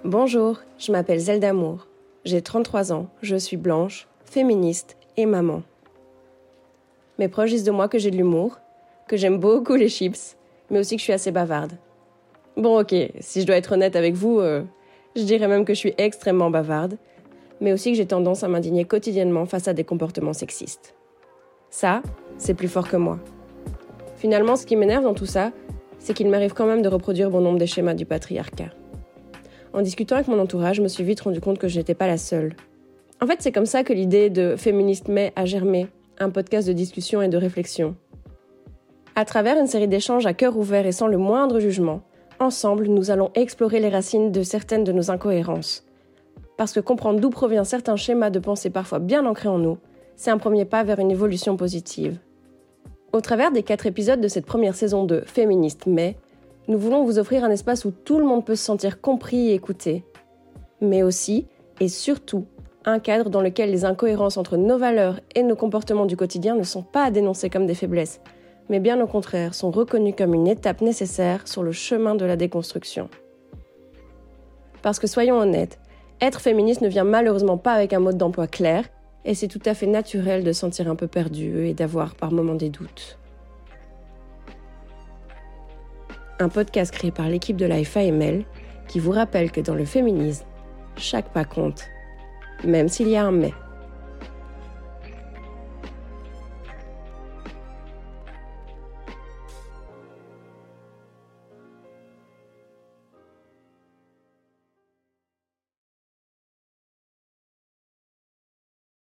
Bonjour, je m'appelle Zelda Moore. J'ai 33 ans, je suis blanche, féministe et maman. Mes proches disent de moi que j'ai de l'humour, que j'aime beaucoup les chips, mais aussi que je suis assez bavarde. Bon ok, si je dois être honnête avec vous, je dirais même que je suis extrêmement bavarde, mais aussi que j'ai tendance à m'indigner quotidiennement face à des comportements sexistes. Ça, c'est plus fort que moi. Finalement, ce qui m'énerve dans tout ça, c'est qu'il m'arrive quand même de reproduire bon nombre des schémas du patriarcat. En discutant avec mon entourage, je me suis vite rendu compte que je n'étais pas la seule. En fait, c'est comme ça que l'idée de Féministe Mais a germé, un podcast de discussion et de réflexion. À travers une série d'échanges à cœur ouvert et sans le moindre jugement, ensemble, nous allons explorer les racines de certaines de nos incohérences. Parce que comprendre d'où proviennent certains schémas de pensée parfois bien ancrés en nous, c'est un premier pas vers une évolution positive. Au travers des 4 épisodes de cette première saison de Féministe Mais, nous voulons vous offrir un espace où tout le monde peut se sentir compris et écouté. Mais aussi, et surtout, un cadre dans lequel les incohérences entre nos valeurs et nos comportements du quotidien ne sont pas à dénoncer comme des faiblesses, mais bien au contraire sont reconnus comme une étape nécessaire sur le chemin de la déconstruction. Parce que soyons honnêtes, être féministe ne vient malheureusement pas avec un mode d'emploi clair, et c'est tout à fait naturel de se sentir un peu perdu et d'avoir par moments des doutes. Un podcast créé par l'équipe de la FAML qui vous rappelle que dans le féminisme, chaque pas compte, même s'il y a un mais.